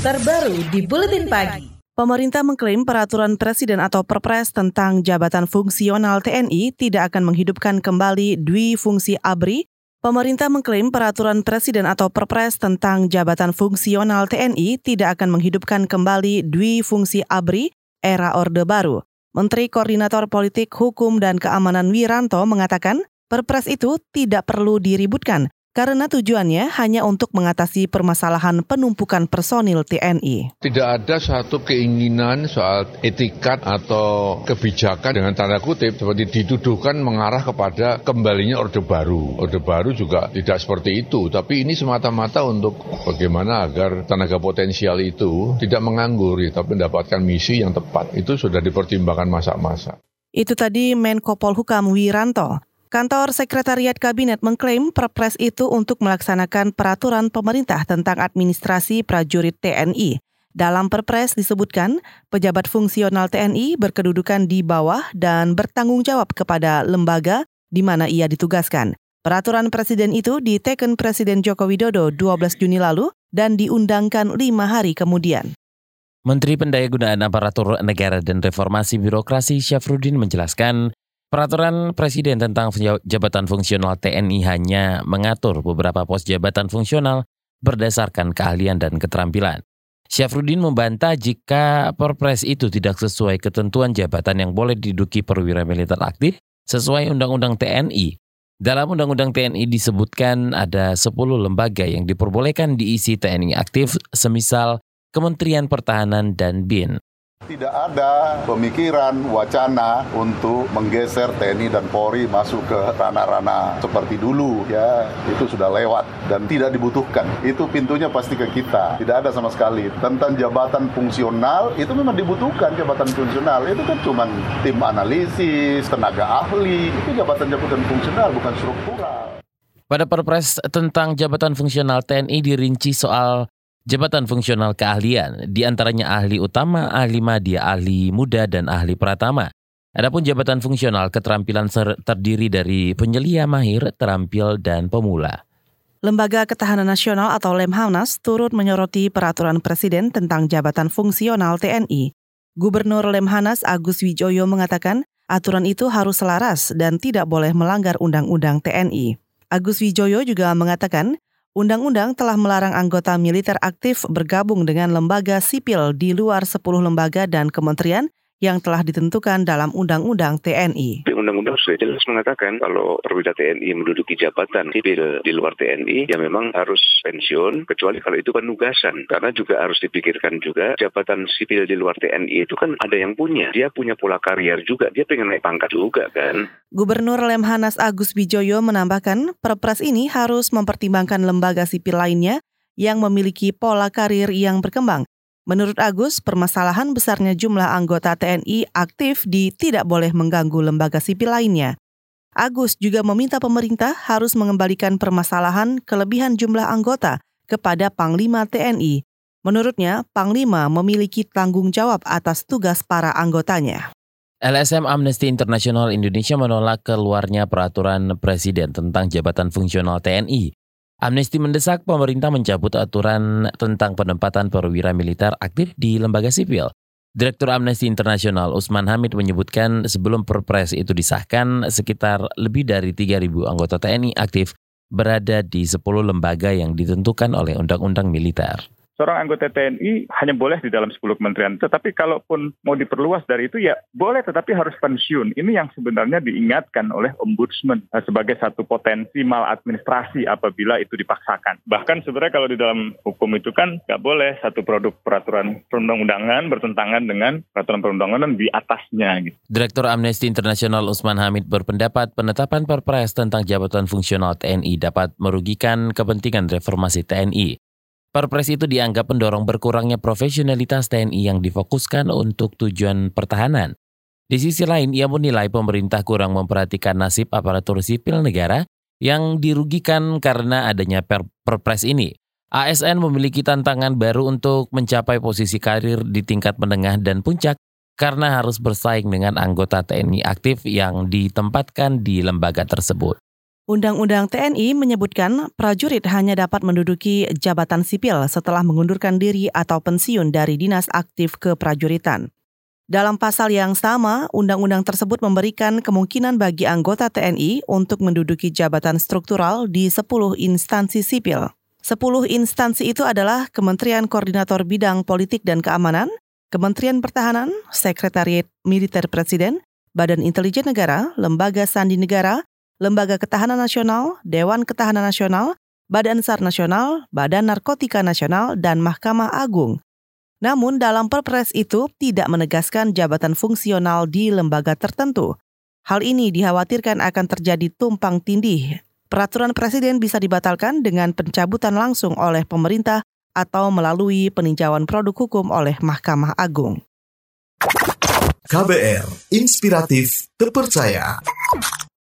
terbaru di Buletin Pagi. Pemerintah mengklaim peraturan presiden atau Perpres tentang jabatan fungsional TNI tidak akan menghidupkan kembali dwi fungsi ABRI. Pemerintah mengklaim peraturan presiden atau Perpres tentang jabatan fungsional TNI tidak akan menghidupkan kembali dwi fungsi ABRI era Orde Baru. Menteri Koordinator Politik, Hukum, dan Keamanan Wiranto mengatakan Perpres itu tidak perlu diributkan karena tujuannya hanya untuk mengatasi permasalahan penumpukan personil TNI. Tidak ada satu keinginan soal etikat atau kebijakan dengan tanda kutip seperti dituduhkan mengarah kepada kembalinya Orde Baru. Orde Baru juga tidak seperti itu, tapi ini semata-mata untuk bagaimana agar tenaga potensial itu tidak menganggur, tapi mendapatkan misi yang tepat. Itu sudah dipertimbangkan masa-masa. Itu tadi Menko Polhukam Wiranto. Kantor Sekretariat Kabinet mengklaim Perpres itu untuk melaksanakan peraturan pemerintah tentang administrasi prajurit TNI. Dalam Perpres disebutkan, pejabat fungsional TNI berkedudukan di bawah dan bertanggung jawab kepada lembaga di mana ia ditugaskan. Peraturan Presiden itu diteken Presiden Joko Widodo 12 Juni lalu dan diundangkan 5 hari kemudian. Menteri Pendayagunaan Aparatur Negara dan Reformasi Birokrasi Syafruddin menjelaskan, peraturan Presiden tentang jabatan fungsional TNI hanya mengatur beberapa pos jabatan fungsional berdasarkan keahlian dan keterampilan. Syafruddin membantah jika Perpres itu tidak sesuai ketentuan jabatan yang boleh diduduki perwira militer aktif sesuai Undang-Undang TNI. Dalam Undang-Undang TNI disebutkan ada 10 lembaga yang diperbolehkan diisi TNI aktif, semisal Kementerian Pertahanan dan BIN. Tidak ada pemikiran, wacana untuk menggeser TNI dan Polri masuk ke ranah-ranah seperti dulu. Ya, itu sudah lewat dan tidak dibutuhkan. Itu pintunya pasti ke kita. Tidak ada sama sekali. Tentang jabatan fungsional, itu memang dibutuhkan jabatan fungsional. Itu kan cuma tim analisis, tenaga ahli. Itu jabatan-jabatan fungsional, bukan struktural. Pada Perpres tentang jabatan fungsional TNI dirinci soal jabatan fungsional keahlian, di antaranya ahli utama, ahli madya, ahli muda, dan ahli pratama. Adapun jabatan fungsional keterampilan terdiri dari penyelia mahir, terampil, dan pemula. Lembaga Ketahanan Nasional atau Lemhanas turut menyoroti peraturan Presiden tentang jabatan fungsional TNI. Gubernur Lemhanas Agus Wijoyo mengatakan aturan itu harus selaras dan tidak boleh melanggar Undang-Undang TNI. Agus Wijoyo juga mengatakan Undang-undang telah melarang anggota militer aktif bergabung dengan lembaga sipil di luar 10 lembaga dan kementerian yang telah ditentukan dalam Undang-Undang TNI. Undang-undang sudah jelas mengatakan kalau perwira TNI menduduki jabatan sipil di luar TNI, ya memang harus pensiun, kecuali kalau itu kan nugasan. Karena juga harus dipikirkan juga jabatan sipil di luar TNI itu kan ada yang punya. Dia punya pola karier juga, dia pengen naik pangkat juga kan. Gubernur Lemhanas Agus Wijoyo menambahkan, Perpres ini harus mempertimbangkan lembaga sipil lainnya yang memiliki pola karir yang berkembang. Menurut Agus, permasalahan besarnya jumlah anggota TNI aktif tidak boleh mengganggu lembaga sipil lainnya. Agus juga meminta pemerintah harus mengembalikan permasalahan kelebihan jumlah anggota kepada Panglima TNI. Menurutnya, Panglima memiliki tanggung jawab atas tugas para anggotanya. LSM Amnesty International Indonesia menolak keluarnya peraturan Presiden tentang jabatan fungsional TNI. Amnesty mendesak pemerintah mencabut aturan tentang penempatan perwira militer aktif di lembaga sipil. Direktur Amnesty International Usman Hamid menyebutkan sebelum Perpres itu disahkan, sekitar lebih dari 3.000 anggota TNI aktif berada di 10 lembaga yang ditentukan oleh Undang-Undang Militer. Seorang anggota TNI hanya boleh di dalam 10 kementerian. Tetapi kalaupun mau diperluas dari itu ya boleh, tetapi harus pensiun. Ini yang sebenarnya diingatkan oleh Ombudsman sebagai satu potensi maladministrasi apabila itu dipaksakan. Bahkan sebenarnya kalau di dalam hukum itu kan nggak boleh satu produk peraturan perundang-undangan bertentangan dengan peraturan perundang-undangan di atasnya. Gitu. Direktur Amnesty International Usman Hamid berpendapat penetapan Perpres tentang jabatan fungsional TNI dapat merugikan kepentingan reformasi TNI. Perpres itu dianggap mendorong berkurangnya profesionalitas TNI yang difokuskan untuk tujuan pertahanan. Di sisi lain, ia menilai pemerintah kurang memperhatikan nasib aparatur sipil negara yang dirugikan karena adanya Perpres ini. ASN memiliki tantangan baru untuk mencapai posisi karir di tingkat menengah dan puncak karena harus bersaing dengan anggota TNI aktif yang ditempatkan di lembaga tersebut. Undang-Undang TNI menyebutkan prajurit hanya dapat menduduki jabatan sipil setelah mengundurkan diri atau pensiun dari dinas aktif keprajuritan. Dalam pasal yang sama, undang-undang tersebut memberikan kemungkinan bagi anggota TNI untuk menduduki jabatan struktural di 10 instansi sipil. 10 instansi itu adalah Kementerian Koordinator Bidang Politik dan Keamanan, Kementerian Pertahanan, Sekretariat Militer Presiden, Badan Intelijen Negara, Lembaga Sandi Negara, Lembaga Ketahanan Nasional, Dewan Ketahanan Nasional, Badan SAR Nasional, Badan Narkotika Nasional, dan Mahkamah Agung. Namun dalam Perpres itu tidak menegaskan jabatan fungsional di lembaga tertentu. Hal ini dikhawatirkan akan terjadi tumpang tindih. Peraturan Presiden bisa dibatalkan dengan pencabutan langsung oleh pemerintah atau melalui peninjauan produk hukum oleh Mahkamah Agung. KBR, inspiratif, terpercaya.